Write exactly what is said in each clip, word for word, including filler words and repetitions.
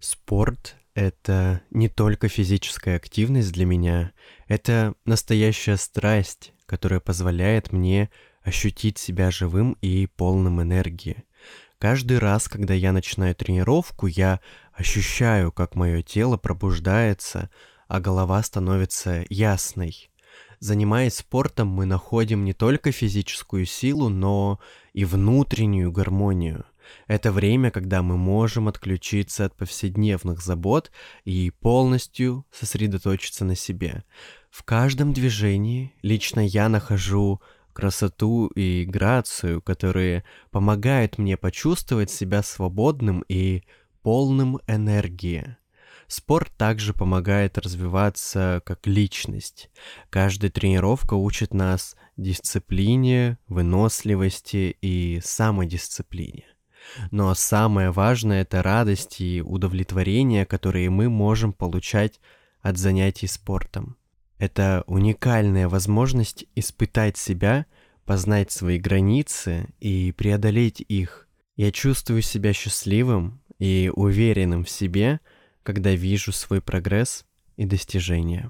Спорт — это не только физическая активность для меня, это настоящая страсть, которая позволяет мне ощутить себя живым и полным энергии. Каждый раз, когда я начинаю тренировку, я ощущаю, как мое тело пробуждается, а голова становится ясной. Занимаясь спортом, мы находим не только физическую силу, но и внутреннюю гармонию. Это время, когда мы можем отключиться от повседневных забот и полностью сосредоточиться на себе. В каждом движении лично я нахожу красоту и грацию, которые помогают мне почувствовать себя свободным и полным энергии. Спорт также помогает развиваться как личность. Каждая тренировка учит нас дисциплине, выносливости и самодисциплине. Но самое важное — это радость и удовлетворение, которые мы можем получать от занятий спортом. Это уникальная возможность испытать себя, познать свои границы и преодолеть их. Я чувствую себя счастливым и уверенным в себе, когда вижу свой прогресс и достижения.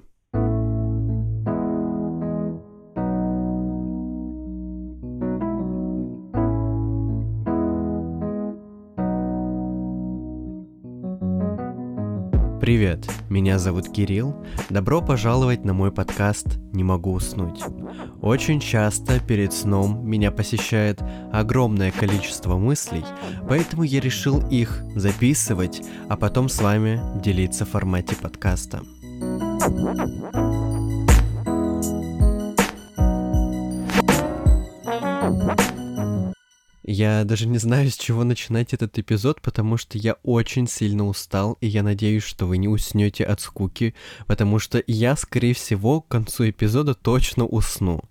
Привет, меня зовут Кирилл. Добро пожаловать на мой подкаст «Не могу уснуть». Очень часто перед сном меня посещает огромное количество мыслей, поэтому я решил их записывать, а потом с вами делиться в формате подкаста. Я даже не знаю, с чего начинать этот эпизод, потому что я очень сильно устал, и я надеюсь, что вы не уснете от скуки, потому что я, скорее всего, к концу эпизода точно усну.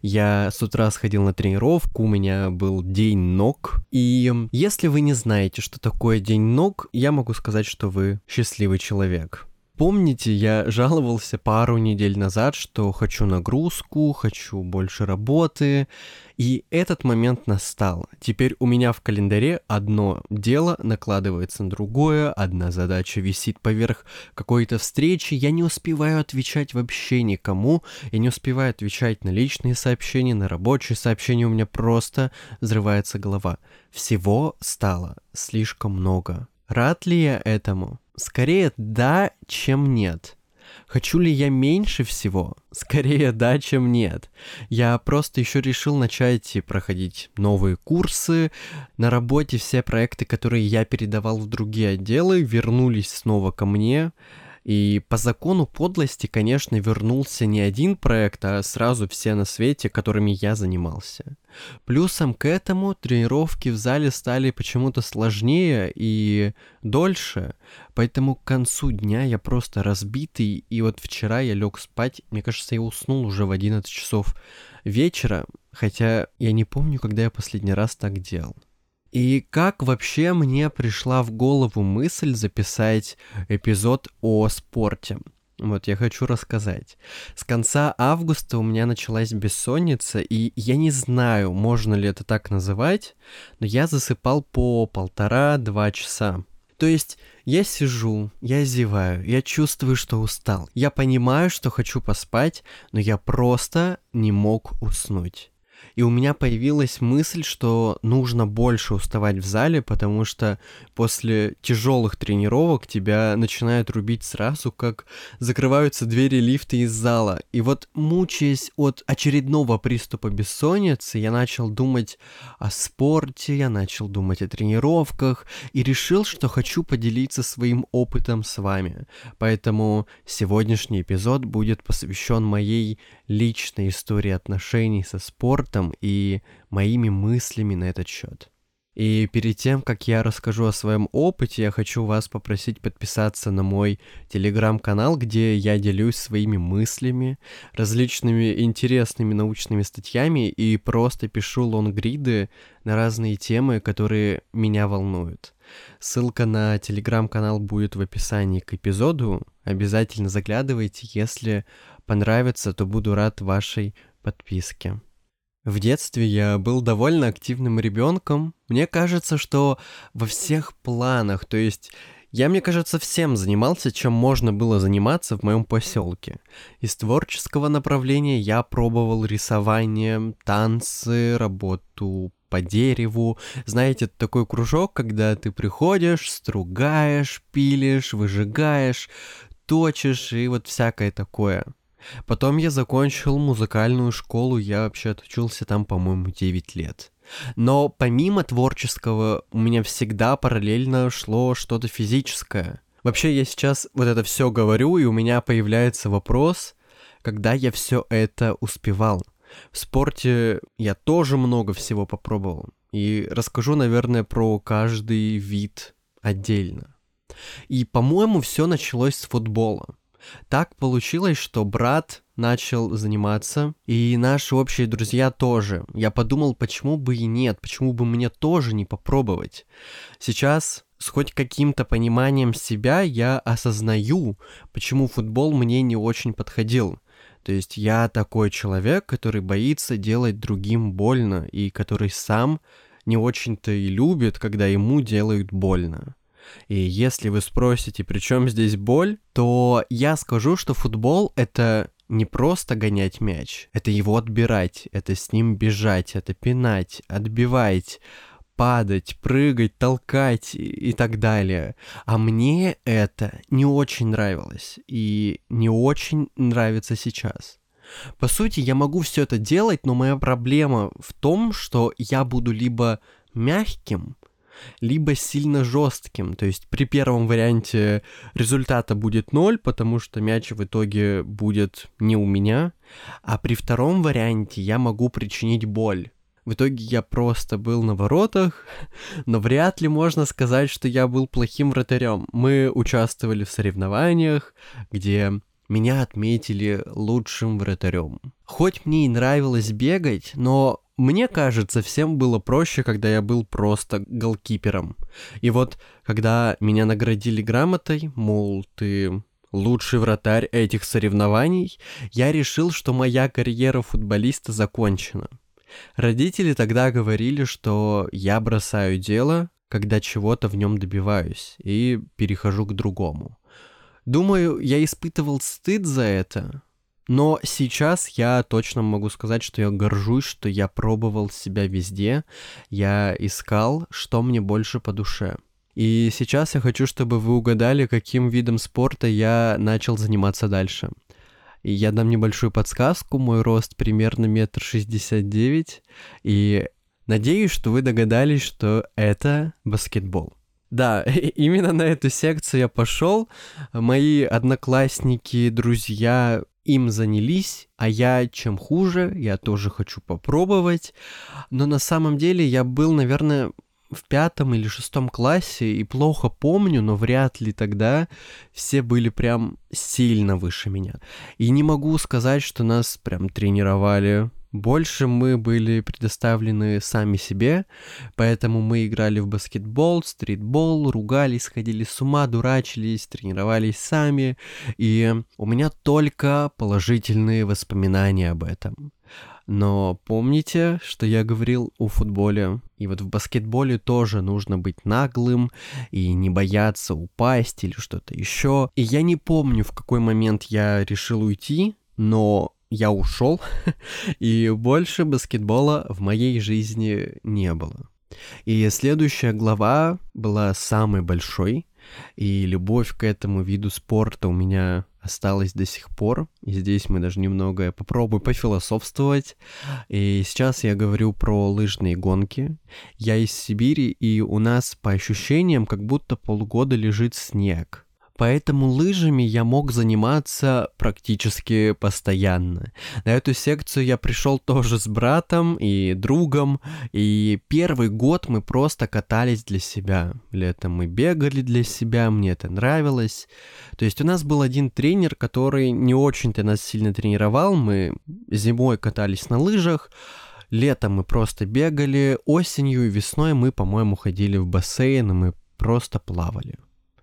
Я с утра сходил на тренировку, у меня был день ног, и если вы не знаете, что такое день ног, я могу сказать, что вы счастливый человек. Помните, я жаловался пару недель назад, что хочу нагрузку, хочу больше работы, и этот момент настал. Теперь у меня в календаре одно дело накладывается на другое, одна задача висит поверх какой-то встречи, я не успеваю отвечать вообще никому, я не успеваю отвечать на личные сообщения, на рабочие сообщения, у меня просто взрывается голова. Всего стало слишком много. Рад ли я этому? Скорее да, чем нет. Хочу ли я меньше всего? Скорее да, чем нет. Я просто еще решил начать проходить новые курсы. На работе все проекты, которые я передавал в другие отделы, вернулись снова ко мне. И по закону подлости, конечно, вернулся не один проект, а сразу все на свете, которыми я занимался. Плюсом к этому тренировки в зале стали почему-то сложнее и дольше, поэтому к концу дня я просто разбитый, и вот вчера я лег спать, мне кажется, я уснул уже в одиннадцать часов вечера, хотя я не помню, когда я последний раз так делал. И как вообще мне пришла в голову мысль записать эпизод о спорте? Вот я хочу рассказать. С конца августа у меня началась бессонница, и я не знаю, можно ли это так называть, но я засыпал по полтора-два часа. То есть я сижу, я зеваю, я чувствую, что устал. Я понимаю, что хочу поспать, но я просто не мог уснуть. И у меня появилась мысль, что нужно больше уставать в зале, потому что после тяжелых тренировок тебя начинают рубить сразу, как закрываются двери лифта из зала. И вот, мучаясь от очередного приступа бессонницы, я начал думать о спорте, я начал думать о тренировках и решил, что хочу поделиться своим опытом с вами. Поэтому сегодняшний эпизод будет посвящен моей личной истории отношений со спортом и моими мыслями на этот счет. И перед тем, как я расскажу о своем опыте, я хочу вас попросить подписаться на мой телеграм-канал, где я делюсь своими мыслями, различными интересными научными статьями и просто пишу лонгриды на разные темы, которые меня волнуют. Ссылка на телеграм-канал будет в описании к эпизоду. Обязательно заглядывайте, если понравится, то буду рад вашей подписке. В детстве я был довольно активным ребенком. Мне кажется, что во всех планах, то есть Я, мне кажется, всем занимался, чем можно было заниматься в моем поселке. Из творческого направления я пробовал рисование, танцы, работу по дереву. Знаете, это такой кружок, когда ты приходишь, стругаешь, пилишь, выжигаешь, точишь и вот всякое такое. Потом я закончил музыкальную школу, я вообще отучился там, по-моему, девять лет. Но помимо творческого у меня всегда параллельно шло что-то физическое. Вообще я сейчас вот это все говорю, и у меня появляется вопрос, когда я все это успевал. В спорте я тоже много всего попробовал. И расскажу, наверное, про каждый вид отдельно. И, по-моему, все началось с футбола. Так получилось, что брат начал заниматься, и наши общие друзья тоже. Я подумал, почему бы и нет, почему бы мне тоже не попробовать. Сейчас с хоть каким-то пониманием себя я осознаю, почему футбол мне не очень подходил. То есть я такой человек, который боится делать другим больно, и который сам не очень-то и любит, когда ему делают больно. И если вы спросите, при чем здесь боль, то я скажу, что футбол — это не просто гонять мяч, это его отбирать, это с ним бежать, это пинать, отбивать, падать, прыгать, толкать и так далее. А мне это не очень нравилось и не очень нравится сейчас. По сути, я могу все это делать, но моя проблема в том, что я буду либо мягким, либо сильно жестким. То есть при первом варианте результата будет ноль, потому что мяч в итоге будет не у меня, а при втором варианте я могу причинить боль. В итоге я просто был на воротах, но вряд ли можно сказать, что я был плохим вратарем. Мы участвовали в соревнованиях, где меня отметили лучшим вратарем. Хоть мне и нравилось бегать, но мне кажется, всем было проще, когда я был просто голкипером. И вот, когда меня наградили грамотой, мол, ты лучший вратарь этих соревнований, я решил, что моя карьера футболиста закончена. Родители тогда говорили, что я бросаю дело, когда чего-то в нем добиваюсь, и перехожу к другому. Думаю, я испытывал стыд за это. Но сейчас я точно могу сказать, что я горжусь, что я пробовал себя везде, я искал, что мне больше по душе. И сейчас я хочу, чтобы вы угадали, каким видом спорта я начал заниматься дальше. И я дам небольшую подсказку, мой рост примерно метр шестьдесят девять, и надеюсь, что вы догадались, что это баскетбол. Да, именно на эту секцию я пошел, мои одноклассники, друзья им занялись, а я чем хуже, я тоже хочу попробовать, но на самом деле я был, наверное, в пятом или шестом классе и плохо помню, но вряд ли тогда все были прям сильно выше меня. И не могу сказать, что нас прям тренировали. Больше мы были предоставлены сами себе, поэтому мы играли в баскетбол, стритбол, ругались, сходили с ума, дурачились, тренировались сами, и у меня только положительные воспоминания об этом. Но помните, что я говорил о футболе? И вот в баскетболе тоже нужно быть наглым и не бояться упасть или что-то еще. И я не помню, в какой момент я решил уйти, но я ушел, и больше баскетбола в моей жизни не было. И следующая глава была самой большой, и любовь к этому виду спорта у меня осталась до сих пор. И здесь мы даже немного попробуем пофилософствовать. И сейчас я говорю про лыжные гонки. Я из Сибири, и у нас по ощущениям как будто полгода лежит снег. Поэтому лыжами я мог заниматься практически постоянно. На эту секцию я пришел тоже с братом и другом, и первый год мы просто катались для себя. Летом мы бегали для себя, мне это нравилось. То есть у нас был один тренер, который не очень-то нас сильно тренировал, мы зимой катались на лыжах, летом мы просто бегали, осенью и весной мы, по-моему, ходили в бассейн, и мы просто плавали.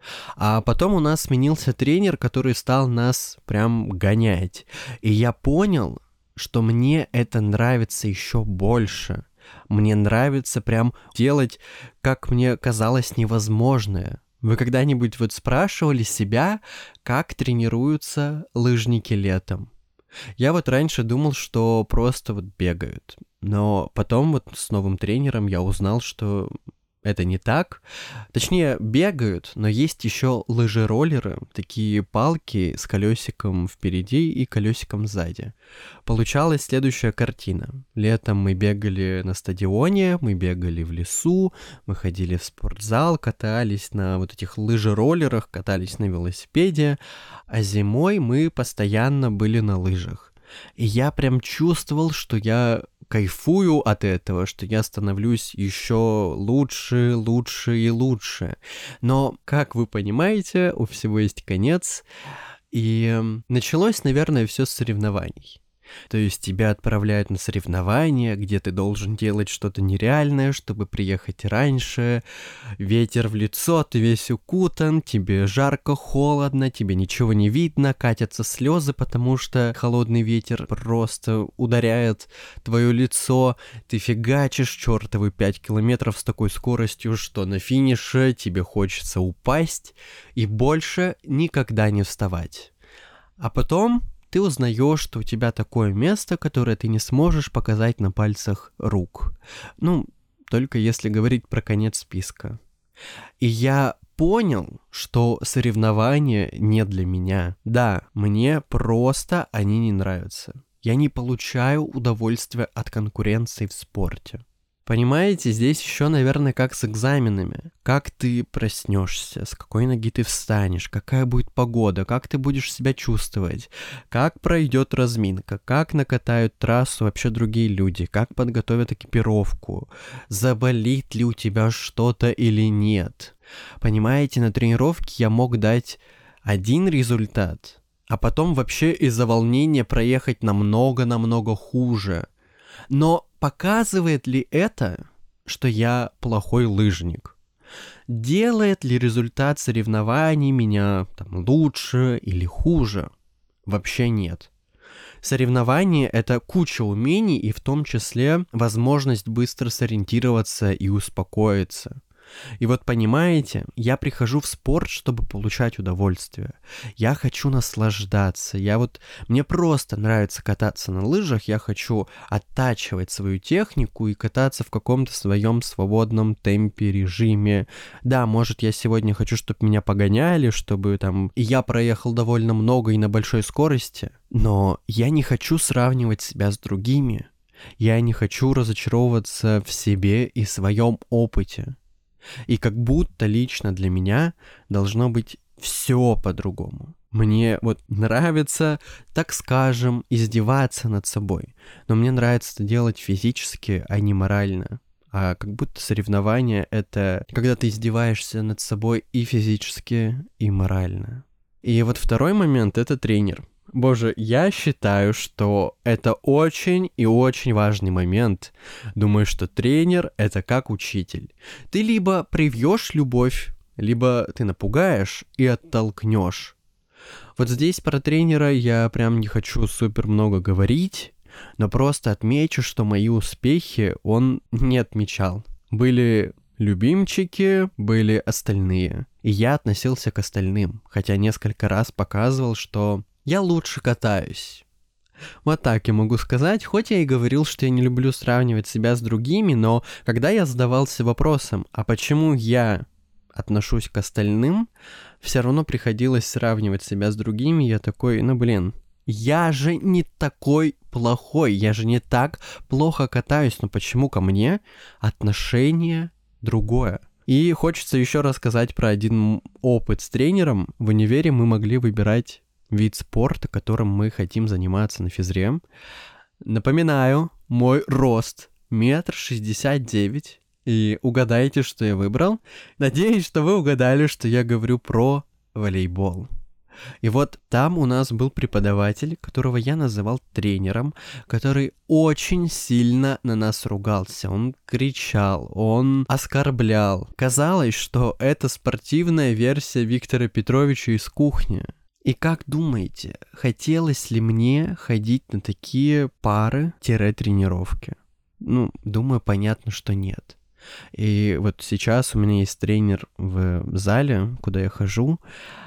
А потом у нас сменился тренер, который стал нас прям гонять. И я понял, что мне это нравится еще больше. Мне нравится прям делать, как мне казалось, невозможное. Вы когда-нибудь вот спрашивали себя, как тренируются лыжники летом? Я вот раньше думал, что просто вот бегают, но потом вот с новым тренером я узнал, что это не так. Точнее, бегают, но есть еще лыжероллеры, такие палки с колесиком впереди и колесиком сзади. Получалась следующая картина. Летом мы бегали на стадионе, мы бегали в лесу, мы ходили в спортзал, катались на вот этих лыжероллерах, катались на велосипеде, а зимой мы постоянно были на лыжах. И я прям чувствовал, что я кайфую от этого, что я становлюсь еще лучше, лучше и лучше. Но, как вы понимаете, у всего есть конец. И началось, наверное, все с соревнований. То есть тебя отправляют на соревнования, где ты должен делать что-то нереальное, чтобы приехать раньше. Ветер в лицо, ты весь укутан, тебе жарко, холодно, тебе ничего не видно, катятся слезы, потому что холодный ветер просто ударяет твое лицо. Ты фигачишь чертовы пять километров с такой скоростью, что на финише тебе хочется упасть и больше никогда не вставать. А потом ты узнаешь, что у тебя такое место, которое ты не сможешь показать на пальцах рук. Ну, только если говорить про конец списка. И я понял, что соревнования не для меня. Да, мне просто они не нравятся. Я не получаю удовольствия от конкуренции в спорте. Понимаете, здесь еще, наверное, как с экзаменами. Как ты проснешься, с какой ноги ты встанешь, какая будет погода, как ты будешь себя чувствовать, как пройдет разминка, как накатают трассу вообще другие люди, как подготовят экипировку, заболит ли у тебя что-то или нет. Понимаете, на тренировке я мог дать один результат, а потом вообще из-за волнения проехать намного-намного хуже. Но показывает ли это, что я плохой лыжник? Делает ли результат соревнований меня там, лучше или хуже? Вообще нет. Соревнования — это куча умений, и в том числе возможность быстро сориентироваться и успокоиться. И вот понимаете, я прихожу в спорт, чтобы получать удовольствие. Я хочу наслаждаться. Я вот... Мне просто нравится кататься на лыжах. Я хочу оттачивать свою технику и кататься в каком-то своем свободном темпе, режиме. Да, может, я сегодня хочу, чтобы меня погоняли, чтобы там... И я проехал довольно много и на большой скорости. Но я не хочу сравнивать себя с другими. Я не хочу разочаровываться в себе и своем опыте. И как будто лично для меня должно быть все по-другому. Мне вот нравится, так скажем, издеваться над собой. Но мне нравится это делать физически, а не морально. А как будто соревнование — это когда ты издеваешься над собой и физически, и морально. И вот второй момент — это тренер. Боже, я считаю, что это очень и очень важный момент. Думаю, что тренер — это как учитель. Ты либо привьешь любовь, либо ты напугаешь и оттолкнешь. Вот здесь про тренера я прям не хочу супер много говорить, но просто отмечу, что мои успехи он не отмечал. Были любимчики, были остальные. И я относился к остальным, хотя несколько раз показывал, что я лучше катаюсь. Вот так я могу сказать, хоть я и говорил, что я не люблю сравнивать себя с другими, но когда я задавался вопросом, а почему я отношусь к остальным, все равно приходилось сравнивать себя с другими, я такой, ну блин, я же не такой плохой, я же не так плохо катаюсь, но почему ко мне отношение другое? И хочется еще рассказать про один опыт с тренером. В универе мы могли выбирать вид спорта, которым мы хотим заниматься на физре. Напоминаю, мой рост метр шестьдесят девять. И угадайте, что я выбрал. Надеюсь, что вы угадали, что я говорю про волейбол. И вот там у нас был преподаватель, которого я называл тренером, который очень сильно на нас ругался. Он кричал, он оскорблял. Казалось, что это спортивная версия Виктора Петровича из кухни. И как думаете, хотелось ли мне ходить на такие пары-тренировки? Ну, думаю, понятно, что нет. И вот сейчас у меня есть тренер в зале, куда я хожу.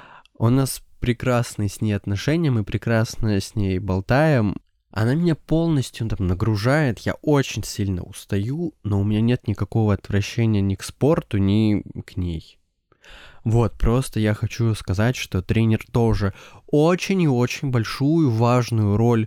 У нас прекрасные с ней отношения, мы прекрасно с ней болтаем. Она меня полностью там нагружает, я очень сильно устаю, но у меня нет никакого отвращения ни к спорту, ни к ней. Вот, просто я хочу сказать, что тренер тоже очень и очень большую важную роль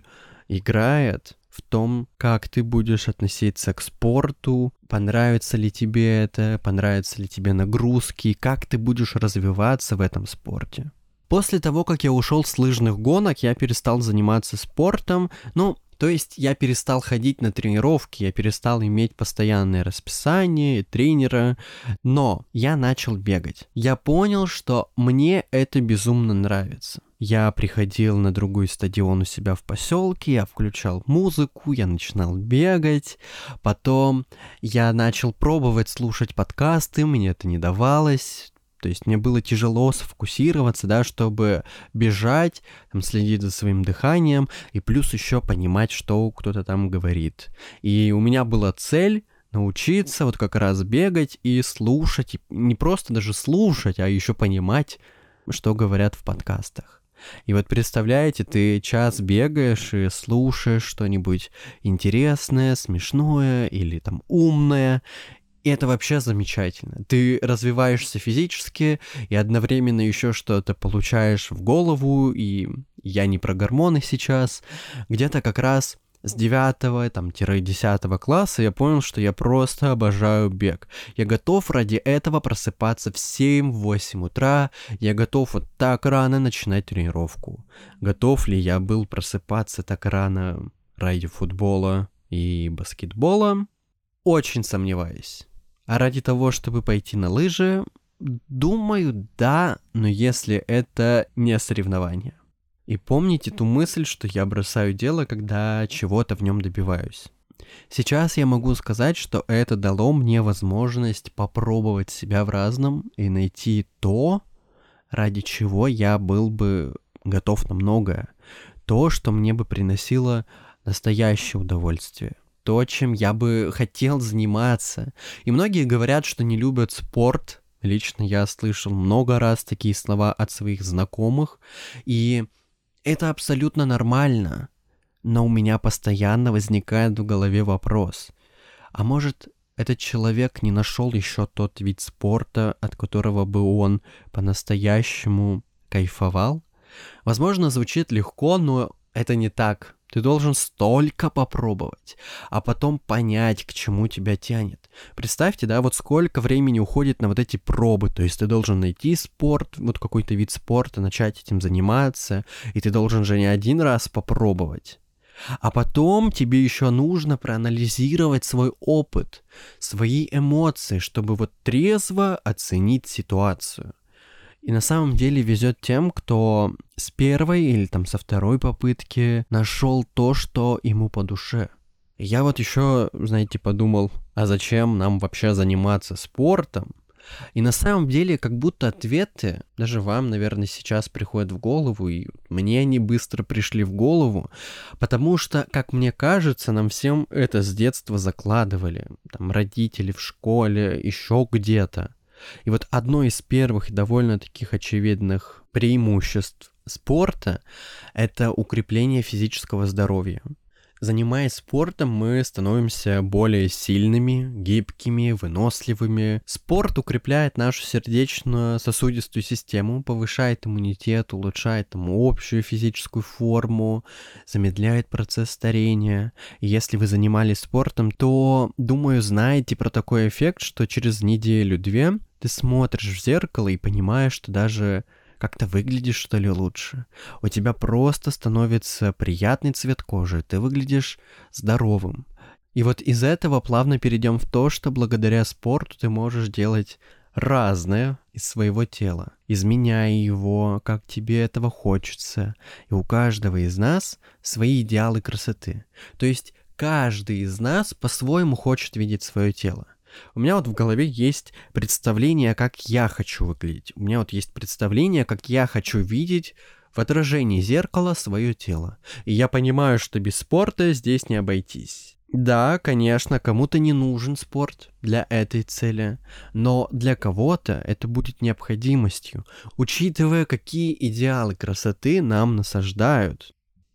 играет в том, как ты будешь относиться к спорту, понравится ли тебе это, понравятся ли тебе нагрузки, как ты будешь развиваться в этом спорте. После того, как я ушел с лыжных гонок, я перестал заниматься спортом, ну, то есть я перестал ходить на тренировки, я перестал иметь постоянное расписание, тренера, но я начал бегать. Я понял, что мне это безумно нравится. Я приходил на другой стадион у себя в поселке, я включал музыку, я начинал бегать, потом я начал пробовать слушать подкасты, мне это не давалось. То есть мне было тяжело сфокусироваться, да, чтобы бежать, там, следить за своим дыханием и плюс еще понимать, что кто-то там говорит. И у меня была цель научиться вот как раз бегать и слушать, и не просто даже слушать, а еще понимать, что говорят в подкастах. И вот представляете, ты час бегаешь и слушаешь что-нибудь интересное, смешное или там умное, и это вообще замечательно. Ты развиваешься физически и одновременно еще что-то получаешь в голову, и я не про гормоны сейчас. Где-то как раз с девятого, там, десятого класса я понял, что я просто обожаю бег. Я готов ради этого просыпаться в семь-восемь утра, я готов вот так рано начинать тренировку. Готов ли я был просыпаться так рано ради футбола и баскетбола? Очень сомневаюсь. А ради того, чтобы пойти на лыжи, думаю, да, но если это не соревнование. И помните ту мысль, что я бросаю дело, когда чего-то в нем добиваюсь. Сейчас я могу сказать, что это дало мне возможность попробовать себя в разном и найти то, ради чего я был бы готов на многое. То, что мне бы приносило настоящее удовольствие. То, чем я бы хотел заниматься. И многие говорят, что не любят спорт. Лично я слышал много раз такие слова от своих знакомых. И это абсолютно нормально. Но у меня постоянно возникает в голове вопрос. А может, этот человек не нашел еще тот вид спорта, от которого бы он по-настоящему кайфовал? Возможно, звучит легко, но это не так. Ты должен столько попробовать, а потом понять, к чему тебя тянет. Представьте, да, вот сколько времени уходит на вот эти пробы. То есть ты должен найти спорт, вот какой-то вид спорта, начать этим заниматься, и ты должен же не один раз попробовать. А потом тебе еще нужно проанализировать свой опыт, свои эмоции, чтобы вот трезво оценить ситуацию. И на самом деле везет тем, кто с первой или там со второй попытки нашел то, что ему по душе. Я вот еще, знаете, подумал, а зачем нам вообще заниматься спортом? И на самом деле, как будто ответы, даже вам, наверное, сейчас приходят в голову, и мне они быстро пришли в голову, потому что, как мне кажется, нам всем это с детства закладывали, там, родители в школе, еще где-то. И вот одно из первых довольно таких очевидных преимуществ спорта – это укрепление физического здоровья. Занимаясь спортом, мы становимся более сильными, гибкими, выносливыми. Спорт укрепляет нашу сердечно-сосудистую систему, повышает иммунитет, улучшает там, общую физическую форму, замедляет процесс старения. И если вы занимались спортом, то, думаю, знаете про такой эффект, что через неделю-две ты смотришь в зеркало и понимаешь, что даже как-то выглядишь, что ли, лучше. У тебя просто становится приятный цвет кожи, ты выглядишь здоровым. И вот из этого плавно перейдем в то, что благодаря спорту ты можешь делать разное из своего тела, изменяя его, как тебе этого хочется. И у каждого из нас свои идеалы красоты. То есть каждый из нас по-своему хочет видеть свое тело. У меня вот в голове есть представление, как я хочу выглядеть. У меня вот есть представление, как я хочу видеть в отражении зеркала свое тело. И я понимаю, что без спорта здесь не обойтись. Да, конечно, кому-то не нужен спорт для этой цели, но для кого-то это будет необходимостью, учитывая, какие идеалы красоты нам насаждают.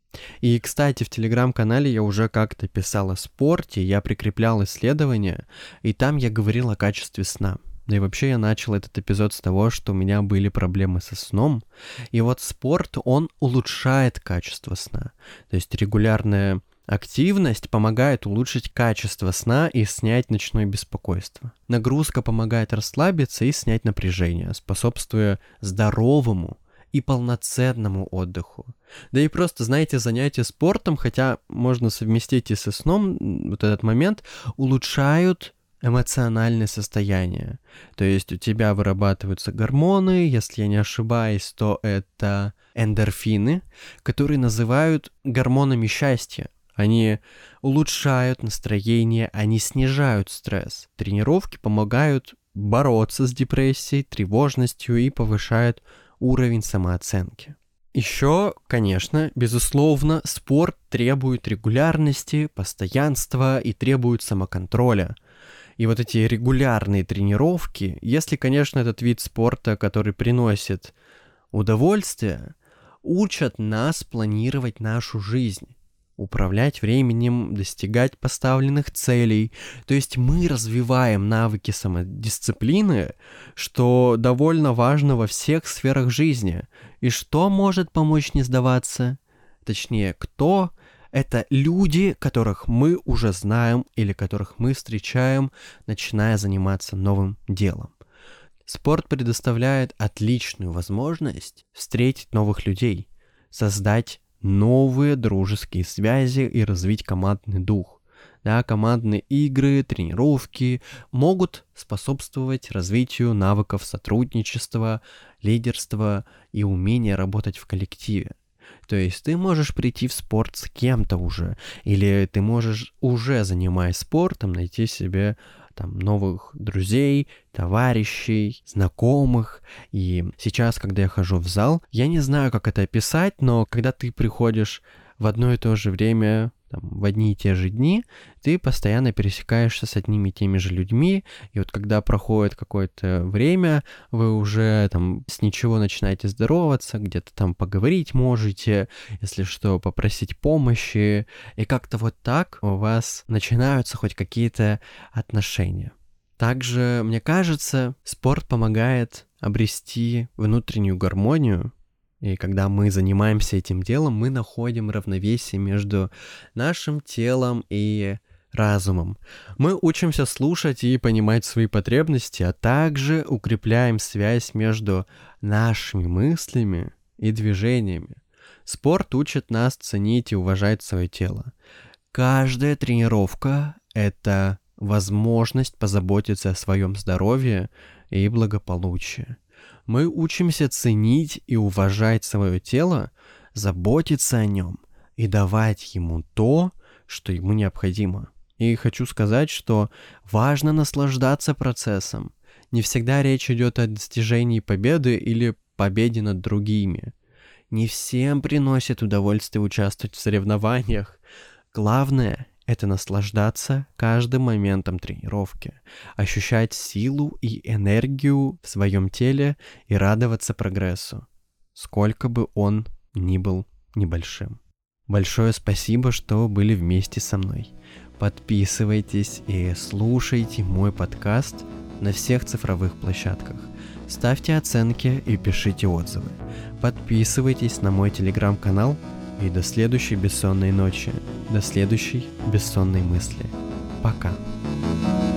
И, кстати, в телеграм-канале я уже как-то писал о спорте, я прикреплял исследования, и там я говорил о качестве сна. Да и вообще я начал этот эпизод с того, что у меня были проблемы со сном, и вот спорт, он улучшает качество сна. То есть регулярная активность помогает улучшить качество сна и снять ночное беспокойство. Нагрузка помогает расслабиться и снять напряжение, способствуя здоровому и полноценному отдыху. Да и просто, знаете, занятия спортом, хотя можно совместить и со сном, вот этот момент, улучшают эмоциональное состояние. То есть у тебя вырабатываются гормоны, если я не ошибаюсь, то это эндорфины, которые называют гормонами счастья. Они улучшают настроение, они снижают стресс. Тренировки помогают бороться с депрессией, тревожностью и повышают уровень самооценки. Еще, конечно, безусловно, спорт требует регулярности, постоянства и требует самоконтроля. И вот эти регулярные тренировки, если, конечно, этот вид спорта, который приносит удовольствие, учат нас планировать нашу жизнь, управлять временем, достигать поставленных целей. То есть мы развиваем навыки самодисциплины, что довольно важно во всех сферах жизни. И что может помочь не сдаваться? Точнее, кто? Это люди, которых мы уже знаем или которых мы встречаем, начиная заниматься новым делом. Спорт предоставляет отличную возможность встретить новых людей, создать новые дружеские связи и развить командный дух. Да, командные игры, тренировки могут способствовать развитию навыков сотрудничества, лидерства и умения работать в коллективе. То есть ты можешь прийти в спорт с кем-то уже, или ты можешь, уже занимаясь спортом, найти себе там новых друзей, товарищей, знакомых. И сейчас, когда я хожу в зал, я не знаю, как это описать, но когда ты приходишь в одно и то же время, там, в одни и те же дни, ты постоянно пересекаешься с одними и теми же людьми, и вот когда проходит какое-то время, вы уже там с ничего начинаете здороваться, где-то там поговорить можете, если что, попросить помощи, и как-то вот так у вас начинаются хоть какие-то отношения. Также, мне кажется, спорт помогает обрести внутреннюю гармонию. И когда мы занимаемся этим делом, мы находим равновесие между нашим телом и разумом. Мы учимся слушать и понимать свои потребности, а также укрепляем связь между нашими мыслями и движениями. Спорт учит нас ценить и уважать свое тело. Каждая тренировка – это возможность позаботиться о своем здоровье и благополучии. Мы учимся ценить и уважать свое тело, заботиться о нем и давать ему то, что ему необходимо. И хочу сказать, что важно наслаждаться процессом. Не всегда речь идет о достижении победы или победе над другими. Не всем приносит удовольствие участвовать в соревнованиях. Главное – это наслаждаться каждым моментом тренировки, ощущать силу и энергию в своем теле и радоваться прогрессу, сколько бы он ни был небольшим. Большое спасибо, что были вместе со мной. Подписывайтесь и слушайте мой подкаст на всех цифровых площадках. Ставьте оценки и пишите отзывы. Подписывайтесь на мой телеграм-канал. И до следующей бессонной ночи, до следующей бессонной мысли. Пока.